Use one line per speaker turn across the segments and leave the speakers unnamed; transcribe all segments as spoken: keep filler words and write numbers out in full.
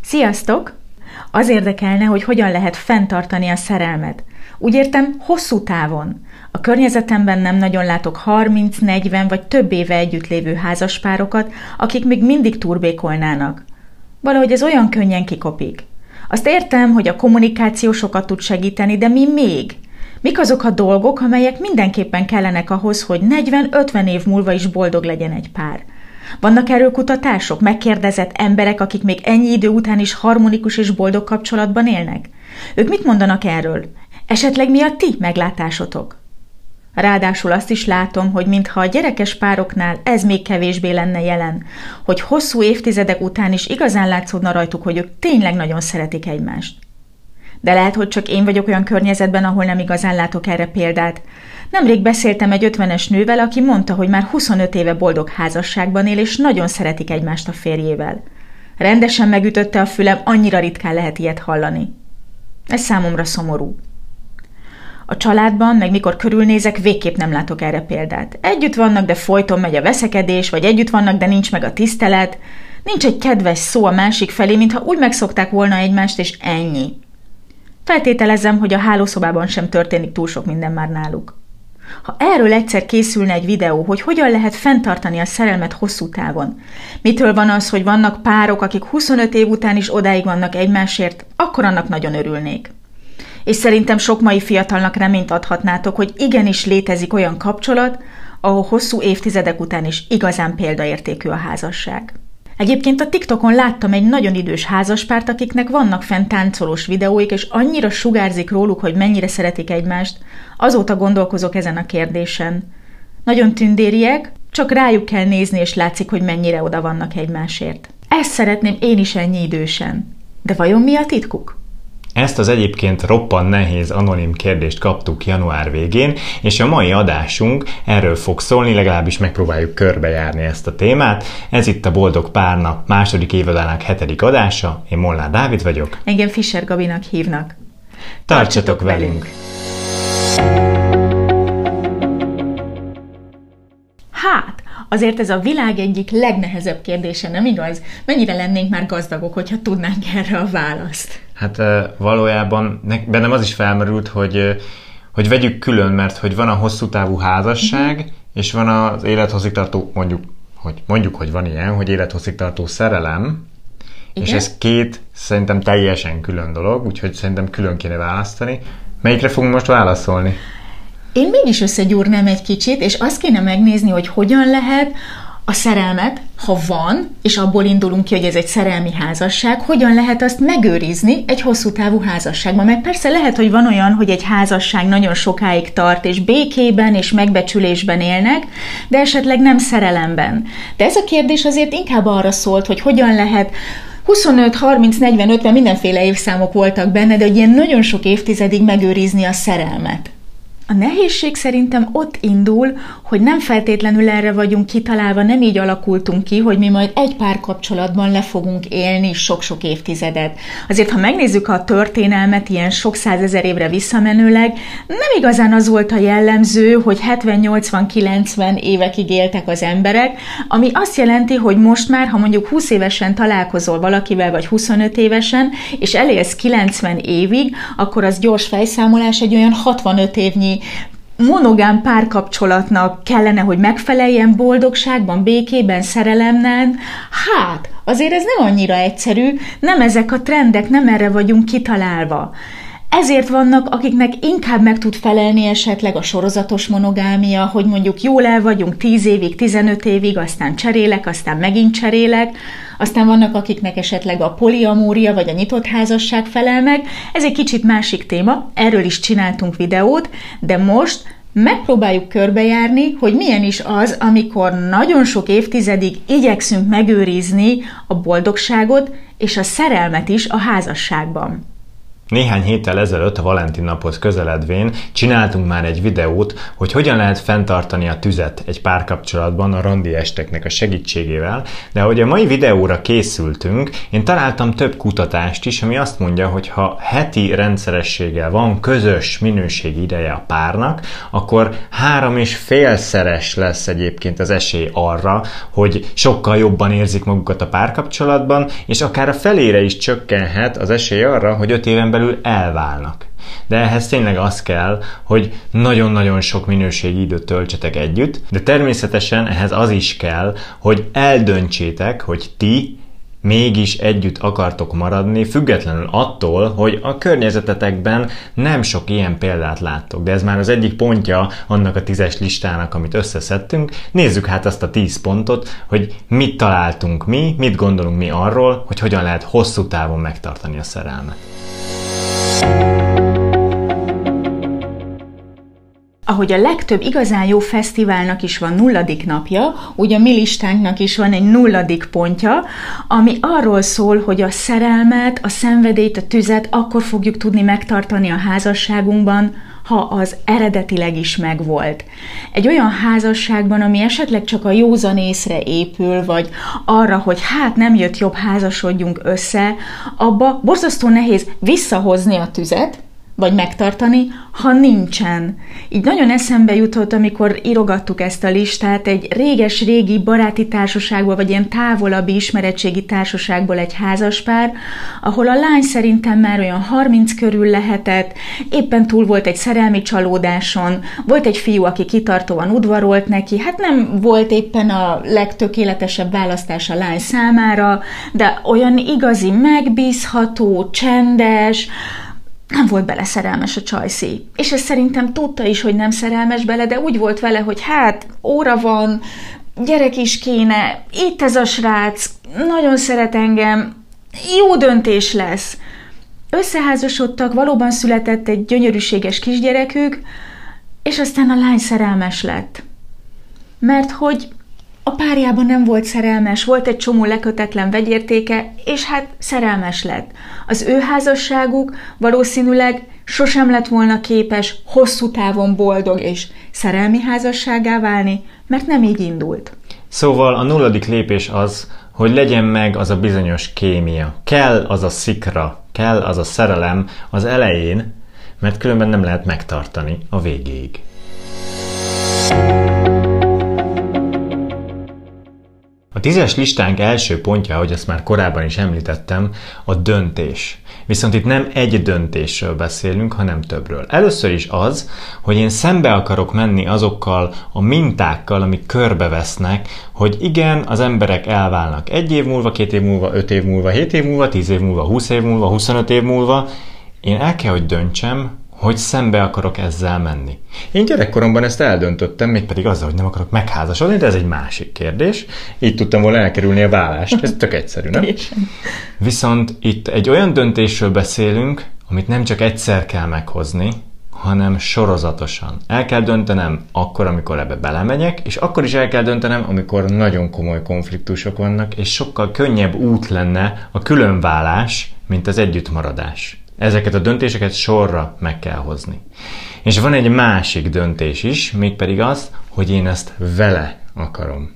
Sziasztok! Az érdekelne, hogy hogyan lehet fenntartani a szerelmet. Úgy értem, hosszú távon. A környezetemben nem nagyon látok harminc, negyven vagy több éve együtt lévő házaspárokat, akik még mindig turbékolnának. Valahogy ez olyan könnyen kikopik. Azt értem, hogy a kommunikáció sokat tud segíteni, de mi még? Mik azok a dolgok, amelyek mindenképpen kellenek ahhoz, hogy negyven-ötven év múlva is boldog legyen egy pár? Vannak erről kutatások, megkérdezett emberek, akik még ennyi idő után is harmonikus és boldog kapcsolatban élnek? Ők mit mondanak erről? Esetleg mi a ti meglátásotok? Ráadásul azt is látom, hogy mintha a gyerekes pároknál ez még kevésbé lenne jelen, hogy hosszú évtizedek után is igazán látszódna rajtuk, hogy ők tényleg nagyon szeretik egymást. De lehet, hogy csak én vagyok olyan környezetben, ahol nem igazán látok erre példát. Nemrég beszéltem egy ötvenes nővel, aki mondta, hogy már huszonöt éve boldog házasságban él, és nagyon szeretik egymást a férjével. Rendesen megütötte a fülem, annyira ritkán lehet ilyet hallani. Ez számomra szomorú. A családban, meg mikor körülnézek, végképp nem látok erre példát. Együtt vannak, de folyton megy a veszekedés, vagy együtt vannak, de nincs meg a tisztelet. Nincs egy kedves szó a másik felé, mintha úgy megszokták volna egymást, és ennyi. Feltételezem, hogy a hálószobában sem történik túl sok minden már náluk. Ha erről egyszer készülne egy videó, hogy hogyan lehet fenntartani a szerelmet hosszú távon, mitől van az, hogy vannak párok, akik huszonöt év után is odáig vannak egymásért, akkor annak nagyon örülnék. És szerintem sok mai fiatalnak reményt adhatnátok, hogy igenis létezik olyan kapcsolat, ahol hosszú évtizedek után is igazán példaértékű a házasság. Egyébként a TikTokon láttam egy nagyon idős házaspárt, akiknek vannak fent táncolós videóik, és annyira sugárzik róluk, hogy mennyire szeretik egymást, azóta gondolkozok ezen a kérdésen. Nagyon tündériek, csak rájuk kell nézni, és látszik, hogy mennyire oda vannak egymásért. Ezt szeretném én is ennyi idősen. De vajon mi a titkuk?
Ezt az egyébként roppant nehéz anonim kérdést kaptuk január végén, és a mai adásunk erről fog szólni, legalábbis megpróbáljuk körbejárni ezt a témát. Ez itt a Boldog Párnak második évadának hetedik adása, én Molnár Dávid vagyok.
Engem Fischer Gabinak hívnak.
Tartsatok velünk!
Hát, azért ez a világ egyik legnehezebb kérdése, nem igaz? Mennyire lennénk már gazdagok, hogyha tudnánk erre a választ?
Hát valójában bennem az is felmerült, hogy, hogy vegyük külön, mert hogy van a hosszú távú házasság, mm-hmm. és van az élethosszígtartó, mondjuk, hogy mondjuk, hogy van ilyen, hogy élethosszígtartó szerelem, igen? És ez két szerintem teljesen külön dolog, úgyhogy szerintem külön kéne választani. Melyikre fogunk most válaszolni?
Én mégis összegyúrnám egy kicsit, és azt kéne megnézni, hogy hogyan lehet a szerelmet, ha van, és abból indulunk ki, hogy ez egy szerelmi házasság, hogyan lehet azt megőrizni egy hosszú távú házasságban. Mert persze lehet, hogy van olyan, hogy egy házasság nagyon sokáig tart, és békében és megbecsülésben élnek, de esetleg nem szerelemben. De ez a kérdés azért inkább arra szólt, hogy hogyan lehet huszonöt, harminc, negyven, ötven mindenféle évszámok voltak benne, de hogy ilyen nagyon sok évtizedig megőrizni a szerelmet. A nehézség szerintem ott indul, hogy nem feltétlenül erre vagyunk kitalálva, nem így alakultunk ki, hogy mi majd egy párkapcsolatban le fogunk élni sok-sok évtizedet. Azért, ha megnézzük a történelmet ilyen sok százezer évre visszamenőleg, nem igazán az volt a jellemző, hogy hetven, nyolcvan, kilencven évekig éltek az emberek, ami azt jelenti, hogy most már, ha mondjuk húsz évesen találkozol valakivel, vagy huszonöt évesen, és elélsz kilencven évig, akkor az gyors fejszámolás egy olyan hatvanöt évnyi monogám párkapcsolatnak kellene, hogy megfeleljen boldogságban, békében, szerelemben. Hát, azért ez nem annyira egyszerű, nem ezek a trendek, nem erre vagyunk kitalálva. Ezért vannak, akiknek inkább meg tud felelni esetleg a sorozatos monogámia, hogy mondjuk jól el vagyunk tíz évig, tizenöt évig, aztán cserélek, aztán megint cserélek, aztán vannak, akiknek esetleg a poliamória vagy a nyitott házasság felel meg. Ez egy kicsit másik téma, erről is csináltunk videót, de most megpróbáljuk körbejárni, hogy milyen is az, amikor nagyon sok évtizedig igyekszünk megőrizni a boldogságot és a szerelmet is a házasságban.
Néhány héttel ezelőtt a Valentin naphoz közeledvén csináltunk már egy videót, hogy hogyan lehet fenntartani a tüzet egy párkapcsolatban a randi esteknek a segítségével, de ahogy a mai videóra készültünk, én találtam több kutatást is, ami azt mondja, hogy ha heti rendszerességgel van közös minőségi ideje a párnak, akkor három és félszeres lesz egyébként az esély arra, hogy sokkal jobban érzik magukat a párkapcsolatban, és akár a felére is csökkenhet az esély arra, hogy öt éven belül elválnak. De ehhez tényleg az kell, hogy nagyon-nagyon sok minőségi időt töltsetek együtt, de természetesen ehhez az is kell, hogy eldöntsétek, hogy ti mégis együtt akartok maradni, függetlenül attól, hogy a környezetetekben nem sok ilyen példát láttok. De ez már az egyik pontja annak a tízes listának, amit összeszedtünk. Nézzük hát azt a tíz pontot, hogy mit találtunk mi, mit gondolunk mi arról, hogy hogyan lehet hosszú távon megtartani a szerelmet.
Ahogy a legtöbb igazán jó fesztiválnak is van nulladik napja, úgy a mi listánknak is van egy nulladik pontja, ami arról szól, hogy a szerelmet, a szenvedélyt, a tüzet akkor fogjuk tudni megtartani a házasságunkban, ha az eredetileg is megvolt. Egy olyan házasságban, ami esetleg csak a józan észre épül, vagy arra, hogy hát nem jött jobb, házasodjunk össze, abba borzasztó nehéz visszahozni a tüzet, vagy megtartani, ha nincsen. Így nagyon eszembe jutott, amikor írogattuk ezt a listát, egy réges-régi baráti társaságból, vagy ilyen távolabbi ismeretségi társaságból egy házaspár, ahol a lány szerintem már olyan harminc körül lehetett, éppen túl volt egy szerelmi csalódáson, volt egy fiú, aki kitartóan udvarolt neki, hát nem volt éppen a legtökéletesebb választás a lány számára, de olyan igazi, megbízható, csendes, nem volt bele szerelmes a csajszí. És ezt szerintem tudta is, hogy nem szerelmes bele, de úgy volt vele, hogy hát óra van, gyerek is kéne, itt ez a srác, nagyon szeret engem, jó döntés lesz. Összeházasodtak, valóban született egy gyönyörűséges kisgyerekük, és aztán a lány szerelmes lett. Mert hogy a párjában nem volt szerelmes, volt egy csomó lekötetlen vegyértéke, és hát szerelmes lett. Az ő házasságuk valószínűleg sosem lett volna képes hosszú távon boldog és szerelmi házassággá válni, mert nem így indult.
Szóval a nulladik lépés az, hogy legyen meg az a bizonyos kémia. Kell az a szikra, kell az a szerelem az elején, mert különben nem lehet megtartani a végéig. A tízes listánk első pontja, ahogy azt már korábban is említettem, a döntés. Viszont itt nem egy döntésről beszélünk, hanem többről. Először is az, hogy én szembe akarok menni azokkal a mintákkal, amik körbevesznek, hogy igen, az emberek elválnak egy év múlva, két év múlva, öt év múlva, hét év múlva, tíz év múlva, húsz év múlva, huszonöt év múlva. Én el kell, hogy döntsem, hogy szembe akarok ezzel menni. Én gyerekkoromban ezt eldöntöttem, mégpedig azzal, hogy nem akarok megházasodni, de ez egy másik kérdés. Így tudtam volna elkerülni a válást. Ez tök egyszerű, nem? Viszont itt egy olyan döntésről beszélünk, amit nem csak egyszer kell meghozni, hanem sorozatosan. El kell döntenem akkor, amikor ebbe belemegyek, és akkor is el kell döntenem, amikor nagyon komoly konfliktusok vannak, és sokkal könnyebb út lenne a különválás, mint az együttmaradás. Ezeket a döntéseket sorra meg kell hozni. És van egy másik döntés is, mégpedig az, hogy én ezt vele akarom.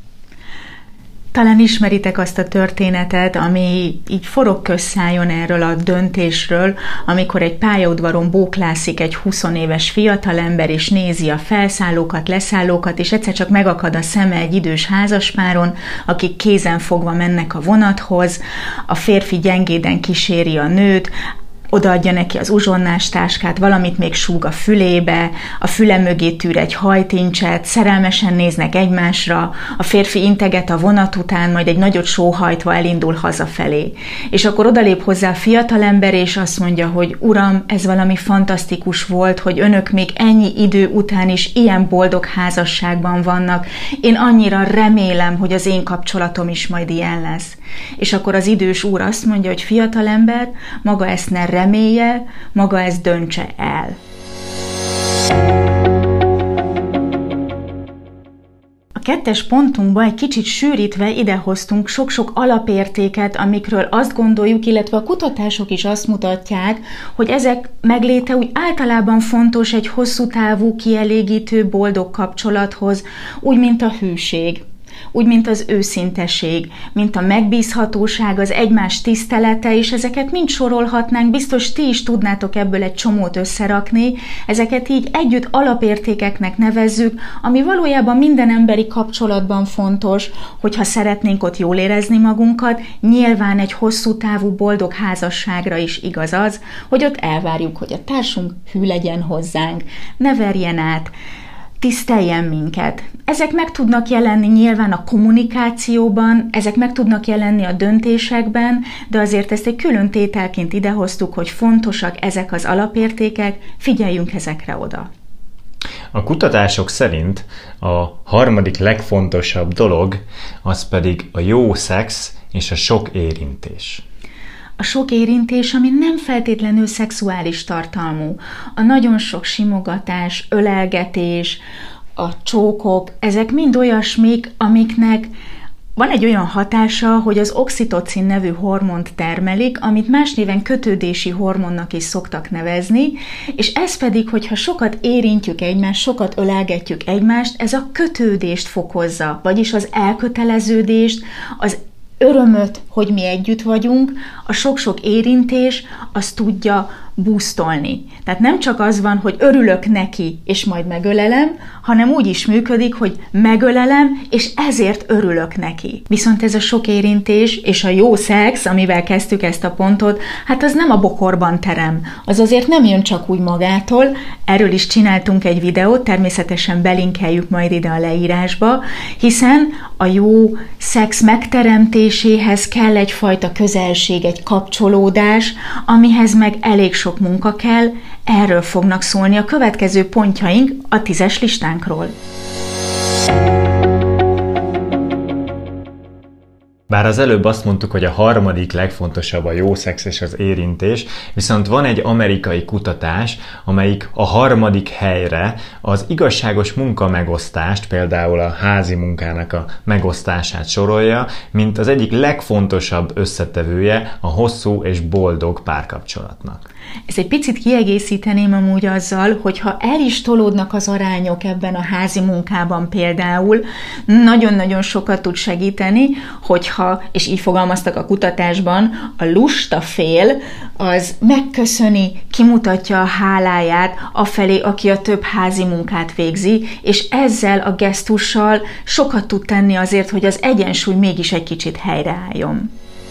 Talán ismeritek azt a történetet, ami így forog közszájon erről a döntésről, amikor egy pályaudvaron bóklászik egy huszonéves fiatalember, és nézi a felszállókat, leszállókat, és egyszer csak megakad a szeme egy idős házaspáron, akik kézen fogva mennek a vonathoz, a férfi gyengéden kíséri a nőt, odaadja neki az uzsonnás táskát, valamit még súg a fülébe, a füle mögé tűr egy hajtincset, szerelmesen néznek egymásra, a férfi integet a vonat után, majd egy nagyot sóhajtva elindul hazafelé. És akkor odalép hozzá a fiatalember, és azt mondja, hogy uram, ez valami fantasztikus volt, hogy önök még ennyi idő után is ilyen boldog házasságban vannak. Én annyira remélem, hogy az én kapcsolatom is majd ilyen lesz. És akkor az idős úr azt mondja, hogy fiatalember, maga ezt ne remélje, maga ezt döntse el. A kettes pontunkba egy kicsit sűrítve idehoztunk sok-sok alapértéket, amikről azt gondoljuk, illetve a kutatások is azt mutatják, hogy ezek megléte úgy általában fontos egy hosszú távú, kielégítő, boldog kapcsolathoz, úgy, mint a hűség. Úgy, mint az őszinteség, mint a megbízhatóság, az egymás tisztelete, és ezeket mind sorolhatnánk, biztos ti is tudnátok ebből egy csomót összerakni, ezeket így együtt alapértékeknek nevezzük, ami valójában minden emberi kapcsolatban fontos, hogyha szeretnénk ott jól érezni magunkat, nyilván egy hosszú távú boldog házasságra is igaz az, hogy ott elvárjuk, hogy a társunk hű legyen hozzánk, ne verjen át, tiszteljen minket. Ezek meg tudnak jelenni nyilván a kommunikációban, ezek meg tudnak jelenni a döntésekben, de azért ezt egy külön tételként idehoztuk, hogy fontosak ezek az alapértékek, figyeljünk ezekre oda.
A kutatások szerint a harmadik legfontosabb dolog, az pedig a jó szex és a sok érintés.
A sok érintés, ami nem feltétlenül szexuális tartalmú. A nagyon sok simogatás, ölelgetés, a csókok, ezek mind olyasmik, amiknek van egy olyan hatása, hogy az oxitocin nevű hormont termelik, amit más néven kötődési hormonnak is szoktak nevezni, és ez pedig, hogyha sokat érintjük egymást, sokat ölelgetjük egymást, ez a kötődést fokozza, vagyis az elköteleződést, az örömöt, hogy mi együtt vagyunk, a sok-sok érintés azt tudja boostolni. Tehát nem csak az van, hogy örülök neki, és majd megölelem, hanem úgy is működik, hogy megölelem, és ezért örülök neki. Viszont ez a sok érintés és a jó szex, amivel kezdtük ezt a pontot, hát az nem a bokorban terem. Az azért nem jön csak úgy magától. Erről is csináltunk egy videót, természetesen belinkeljük majd ide a leírásba, hiszen a jó szex megteremtéséhez kell egyfajta közelség, egy kapcsolódás, amihez meg elég sok munka kell, erről fognak szólni a következő pontjaink a tízes listánkról.
Bár az előbb azt mondtuk, hogy a harmadik legfontosabb a jó szex és az érintés, viszont van egy amerikai kutatás, amelyik a harmadik helyre az igazságos munkamegosztást, például a házi munkának a megosztását sorolja, mint az egyik legfontosabb összetevője a hosszú és boldog párkapcsolatnak.
Ezt egy picit kiegészíteném amúgy azzal, hogy ha el is tolódnak az arányok ebben a házi munkában például, nagyon-nagyon sokat tud segíteni, hogyha, és így fogalmaztak a kutatásban, a lusta fél az megköszöni, kimutatja a háláját afelé, aki a több házi munkát végzi, és ezzel a gesztussal sokat tud tenni azért, hogy az egyensúly mégis egy kicsit helyreálljon.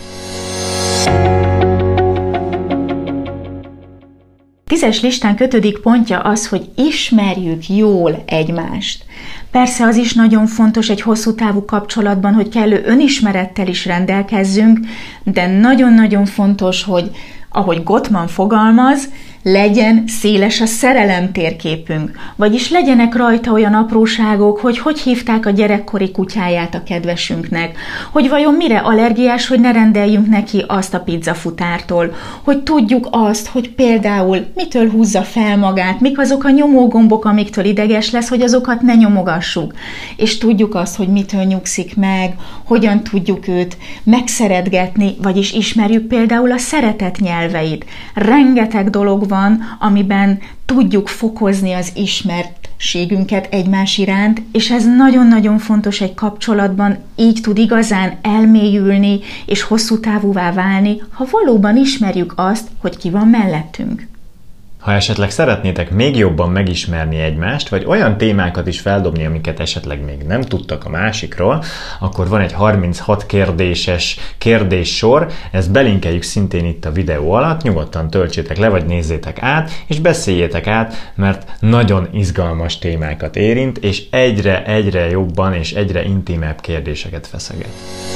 Tízes listánk ötödik pontja az, hogy ismerjük jól egymást. Persze az is nagyon fontos egy hosszú távú kapcsolatban, hogy kellő önismerettel is rendelkezzünk, de nagyon-nagyon fontos, hogy ahogy Gottman fogalmaz, legyen széles a szerelem térképünk, vagyis legyenek rajta olyan apróságok, hogy hogy hívták a gyerekkori kutyáját a kedvesünknek, hogy vajon mire allergiás, hogy ne rendeljünk neki azt a pizzafutártól, hogy tudjuk azt, hogy például mitől húzza fel magát, mik azok a nyomógombok, amiktől ideges lesz, hogy azokat ne nyomogassuk, és tudjuk azt, hogy mitől nyugszik meg, hogyan tudjuk őt megszeretgetni, vagyis ismerjük például a szeretet nyelveit. Rengeteg dolog van, amiben tudjuk fokozni az ismertségünket egymás iránt, és ez nagyon-nagyon fontos egy kapcsolatban, így tud igazán elmélyülni és hosszú távúvá válni, ha valóban ismerjük azt, hogy ki van mellettünk.
Ha esetleg szeretnétek még jobban megismerni egymást, vagy olyan témákat is feldobni, amiket esetleg még nem tudtak a másikról, akkor van egy harminchat kérdéses kérdéssor, ezt belinkeljük szintén itt a videó alatt, nyugodtan töltsétek le, vagy nézzétek át, és beszéljétek át, mert nagyon izgalmas témákat érint, és egyre-egyre jobban és egyre intimebb kérdéseket feszeget.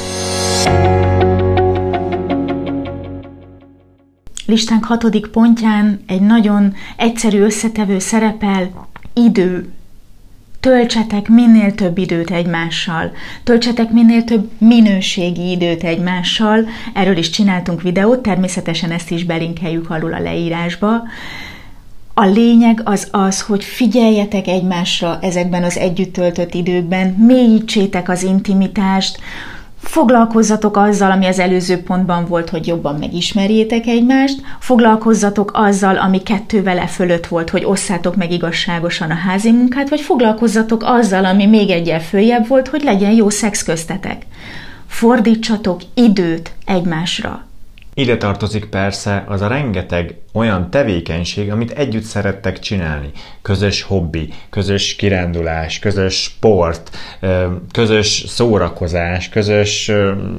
Listánk hatodik pontján egy nagyon egyszerű összetevő szerepel, idő. Töltsetek minél több időt egymással, töltsetek minél több minőségi időt egymással, erről is csináltunk videót, természetesen ezt is belinkeljük alul a leírásba. A lényeg az az, hogy figyeljetek egymásra ezekben az együtt töltött időkben, mélyítsétek az intimitást, foglalkozzatok azzal, ami az előző pontban volt, hogy jobban megismerjétek egymást, foglalkozzatok azzal, ami kettővel e fölött volt, hogy osszátok meg igazságosan a házi munkát, vagy foglalkozzatok azzal, ami még egyel följebb volt, hogy legyen jó szex köztetek. Fordítsatok időt egymásra.
Ide tartozik persze az a rengeteg olyan tevékenység, amit együtt szerettek csinálni. Közös hobbi, közös kirándulás, közös sport, közös szórakozás, közös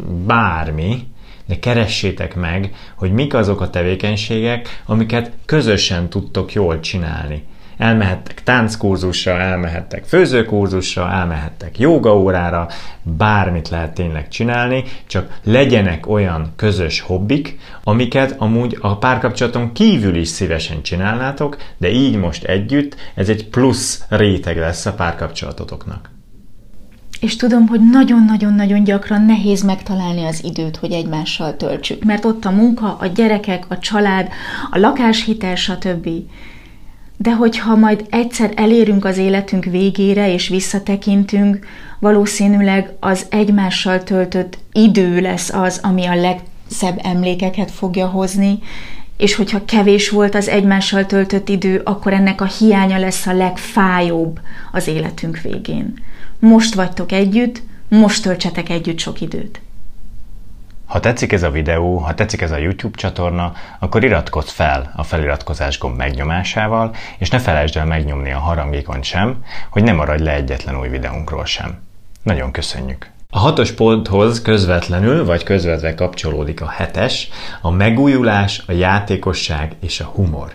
bármi, de keressétek meg, hogy mik azok a tevékenységek, amiket közösen tudtok jól csinálni. Elmehettek tánckurzusra, elmehettek főzőkurzusra, elmehettek jógaórára, bármit lehet tényleg csinálni, csak legyenek olyan közös hobbik, amiket amúgy a párkapcsolaton kívül is szívesen csinálnátok, de így most együtt ez egy plusz réteg lesz a párkapcsolatotoknak.
És tudom, hogy nagyon-nagyon-nagyon gyakran nehéz megtalálni az időt, hogy egymással töltsük, mert ott a munka, a gyerekek, a család, a lakáshitel, stb. De hogyha majd egyszer elérünk az életünk végére, és visszatekintünk, valószínűleg az egymással töltött idő lesz az, ami a legszebb emlékeket fogja hozni, és hogyha kevés volt az egymással töltött idő, akkor ennek a hiánya lesz a legfájóbb az életünk végén. Most vagytok együtt, most töltsetek együtt sok időt.
Ha tetszik ez a videó, ha tetszik ez a YouTube csatorna, akkor iratkozz fel a feliratkozás gomb megnyomásával, és ne felejtsd el megnyomni a harangikont sem, hogy ne maradj le egyetlen új videónkról sem. Nagyon köszönjük! A hatos ponthoz közvetlenül vagy közvetve kapcsolódik a hetes, a megújulás, a játékosság és a humor.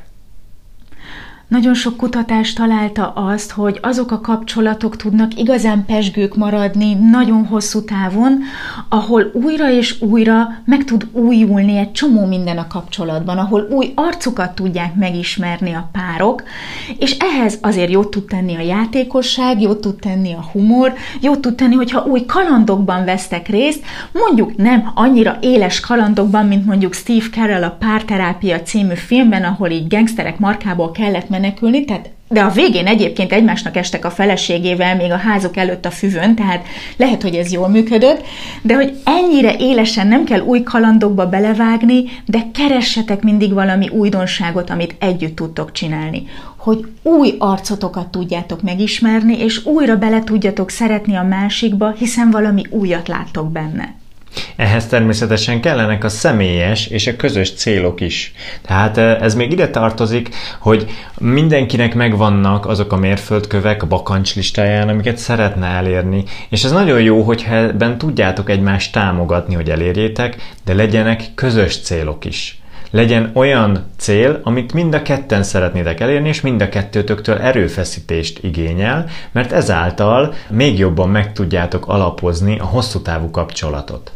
Nagyon sok kutatás találta azt, hogy azok a kapcsolatok tudnak igazán pezsgők maradni nagyon hosszú távon, ahol újra és újra meg tud újulni egy csomó minden a kapcsolatban, ahol új arcokat tudják megismerni a párok, és ehhez azért jót tud tenni a játékosság, jót tud tenni a humor, jót tud tenni, hogyha új kalandokban vesztek részt, mondjuk nem annyira éles kalandokban, mint mondjuk Steve Carell a Párterápia című filmben, ahol így gangsterek markából kellett menekülni, tehát, de a végén egyébként egymásnak estek a feleségével még a házuk előtt a füvön, tehát lehet, hogy ez jól működött, de hogy ennyire élesen nem kell új kalandokba belevágni, de keressetek mindig valami újdonságot, amit együtt tudtok csinálni. Hogy új arcotokat tudjátok megismerni, és újra bele tudjatok szeretni a másikba, hiszen valami újat láttok benne.
Ehhez természetesen kellenek a személyes és a közös célok is. Tehát ez még ide tartozik, hogy mindenkinek megvannak azok a mérföldkövek a bakancs listáján, amiket szeretne elérni, és ez nagyon jó, hogyha ebben tudjátok egymást támogatni, hogy elérjétek, de legyenek közös célok is. Legyen olyan cél, amit mind a ketten szeretnétek elérni, és mind a kettőtöktől erőfeszítést igényel, mert ezáltal még jobban meg tudjátok alapozni a hosszú távú kapcsolatot.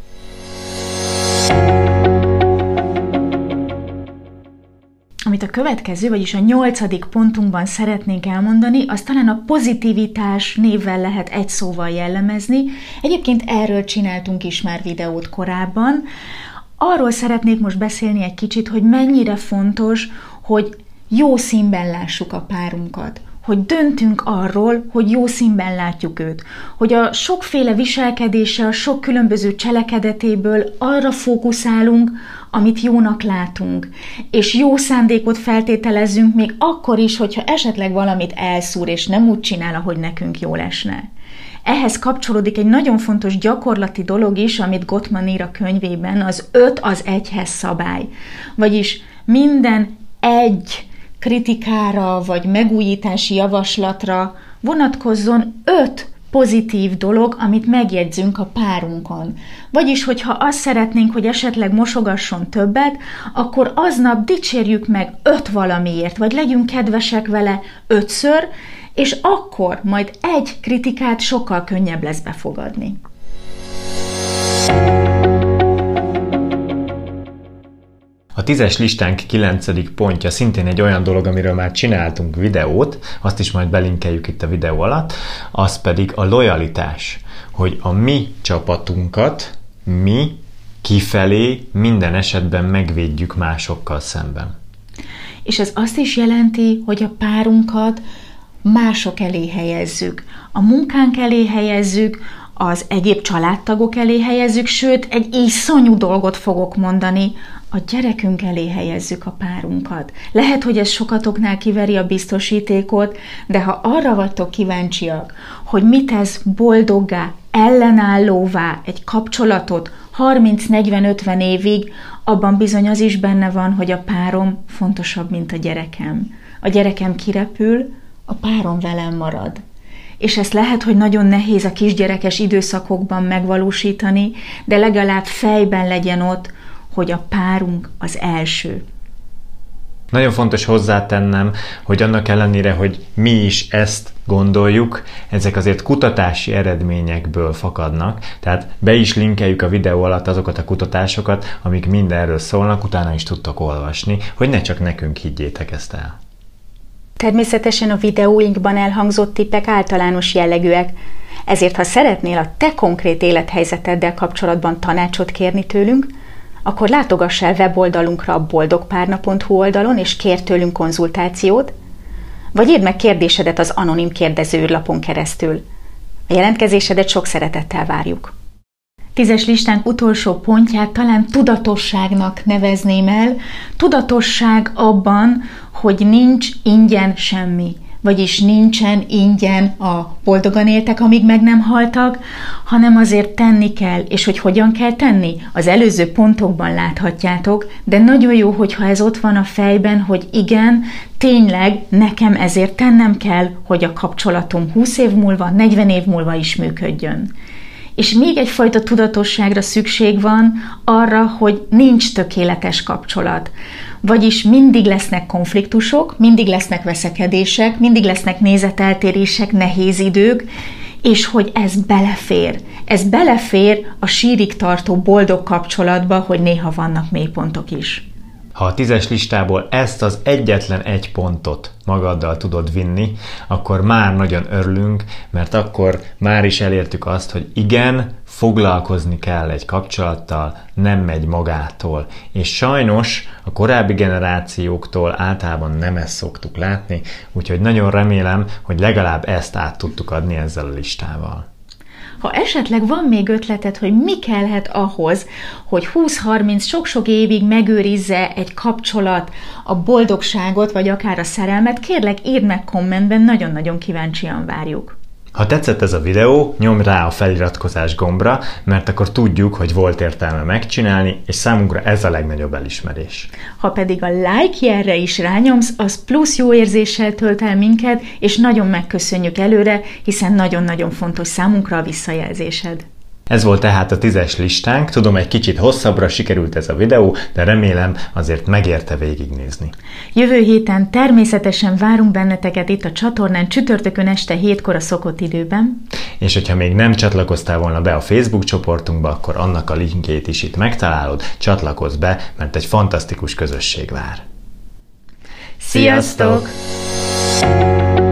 Amit a következő, vagyis a nyolcadik pontunkban szeretnénk elmondani, az talán a pozitivitás névvel lehet egy szóval jellemezni. Egyébként erről csináltunk is már videót korábban. Arról szeretnék most beszélni egy kicsit, hogy mennyire fontos, hogy jó színben lássuk a párunkat. Hogy döntünk arról, hogy jó színben látjuk őt. Hogy a sokféle viselkedése, a sok különböző cselekedetéből arra fókuszálunk, amit jónak látunk. És jó szándékot feltételezünk még akkor is, hogyha esetleg valamit elszúr, és nem úgy csinál, ahogy nekünk jól esne. Ehhez kapcsolódik egy nagyon fontos gyakorlati dolog is, amit Gottman ír a könyvében, az öt az egyhez szabály. Vagyis minden egy kritikára vagy megújítási javaslatra vonatkozzon öt pozitív dolog, amit megjegyzünk a párunkon. Vagyis, hogyha azt szeretnénk, hogy esetleg mosogasson többet, akkor aznap dicsérjük meg öt valamiért, vagy legyünk kedvesek vele ötször, és akkor majd egy kritikát sokkal könnyebb lesz befogadni.
A tízes listánk kilencedik pontja szintén egy olyan dolog, amiről már csináltunk videót, azt is majd belinkeljük itt a videó alatt, az pedig a lojalitás, hogy a mi csapatunkat mi kifelé minden esetben megvédjük másokkal szemben.
És ez azt is jelenti, hogy a párunkat mások elé helyezzük. A munkánk elé helyezzük, az egyéb családtagok elé helyezzük, sőt, egy iszonyú dolgot fogok mondani, a gyerekünk elé helyezzük a párunkat. Lehet, hogy ez sokatoknál kiveri a biztosítékot, de ha arra vagytok kíváncsiak, hogy mit tesz boldoggá, ellenállóvá egy kapcsolatot harminc negyven ötven évig, abban bizony az is benne van, hogy a párom fontosabb, mint a gyerekem. A gyerekem kirepül, a párom velem marad. És ezt lehet, hogy nagyon nehéz a kisgyerekes időszakokban megvalósítani, de legalább fejben legyen ott, hogy a párunk az első.
Nagyon fontos hozzátennem, hogy annak ellenére, hogy mi is ezt gondoljuk, ezek azért kutatási eredményekből fakadnak, tehát be is linkeljük a videó alatt azokat a kutatásokat, amik mindenről szólnak, utána is tudtok olvasni, hogy ne csak nekünk higgyétek ezt el.
Természetesen a videóinkban elhangzott tippek általános jellegűek, ezért ha szeretnél a te konkrét élethelyzeteddel kapcsolatban tanácsot kérni tőlünk, akkor látogass el weboldalunkra a boldogpárna pont hu oldalon, és kérj tőlünk konzultációt, vagy írd meg kérdésedet az anonim kérdezőlapon keresztül. A jelentkezésedet sok szeretettel várjuk. Tízes listánk utolsó pontját talán tudatosságnak nevezném el. Tudatosság abban, hogy nincs ingyen semmi. Vagyis nincsen ingyen a boldogan éltek, amíg meg nem haltak, hanem azért tenni kell. És hogy hogyan kell tenni? Az előző pontokban láthatjátok, de nagyon jó, hogyha ez ott van a fejben, hogy igen, tényleg nekem ezért tennem kell, hogy a kapcsolatom húsz év múlva, negyven év múlva is működjön. És még egyfajta tudatosságra szükség van arra, hogy nincs tökéletes kapcsolat. Vagyis mindig lesznek konfliktusok, mindig lesznek veszekedések, mindig lesznek nézeteltérések, nehéz idők, és hogy ez belefér. Ez belefér a sírig tartó boldog kapcsolatba, hogy néha vannak mélypontok is.
Ha a tízes listából ezt az egyetlen egy pontot magaddal tudod vinni, akkor már nagyon örülünk, mert akkor már is elértük azt, hogy igen, foglalkozni kell egy kapcsolattal, nem megy magától. És sajnos a korábbi generációktól általában nem ezt szoktuk látni, úgyhogy nagyon remélem, hogy legalább ezt át tudtuk adni ezzel a listával.
Ha esetleg van még ötleted, hogy mi kellhet ahhoz, hogy húsz-harminc sok-sok évig megőrizze egy kapcsolat a boldogságot, vagy akár a szerelmet, kérlek írd meg kommentben, nagyon-nagyon kíváncsian várjuk.
Ha tetszett ez a videó, nyomj rá a feliratkozás gombra, mert akkor tudjuk, hogy volt értelme megcsinálni, és számunkra ez a legnagyobb elismerés.
Ha pedig a like jelre is rányomsz, az plusz jó érzéssel tölt el minket, és nagyon megköszönjük előre, hiszen nagyon-nagyon fontos számunkra a visszajelzésed.
Ez volt tehát a tízes listánk, tudom, egy kicsit hosszabbra sikerült ez a videó, de remélem azért megérte végignézni.
Jövő héten természetesen várunk benneteket itt a csatornán csütörtökön este hétkor a szokott időben.
És hogyha még nem csatlakoztál volna be a Facebook csoportunkba, akkor annak a linkjét is itt megtalálod, csatlakozz be, mert egy fantasztikus közösség vár.
Sziasztok! Sziasztok!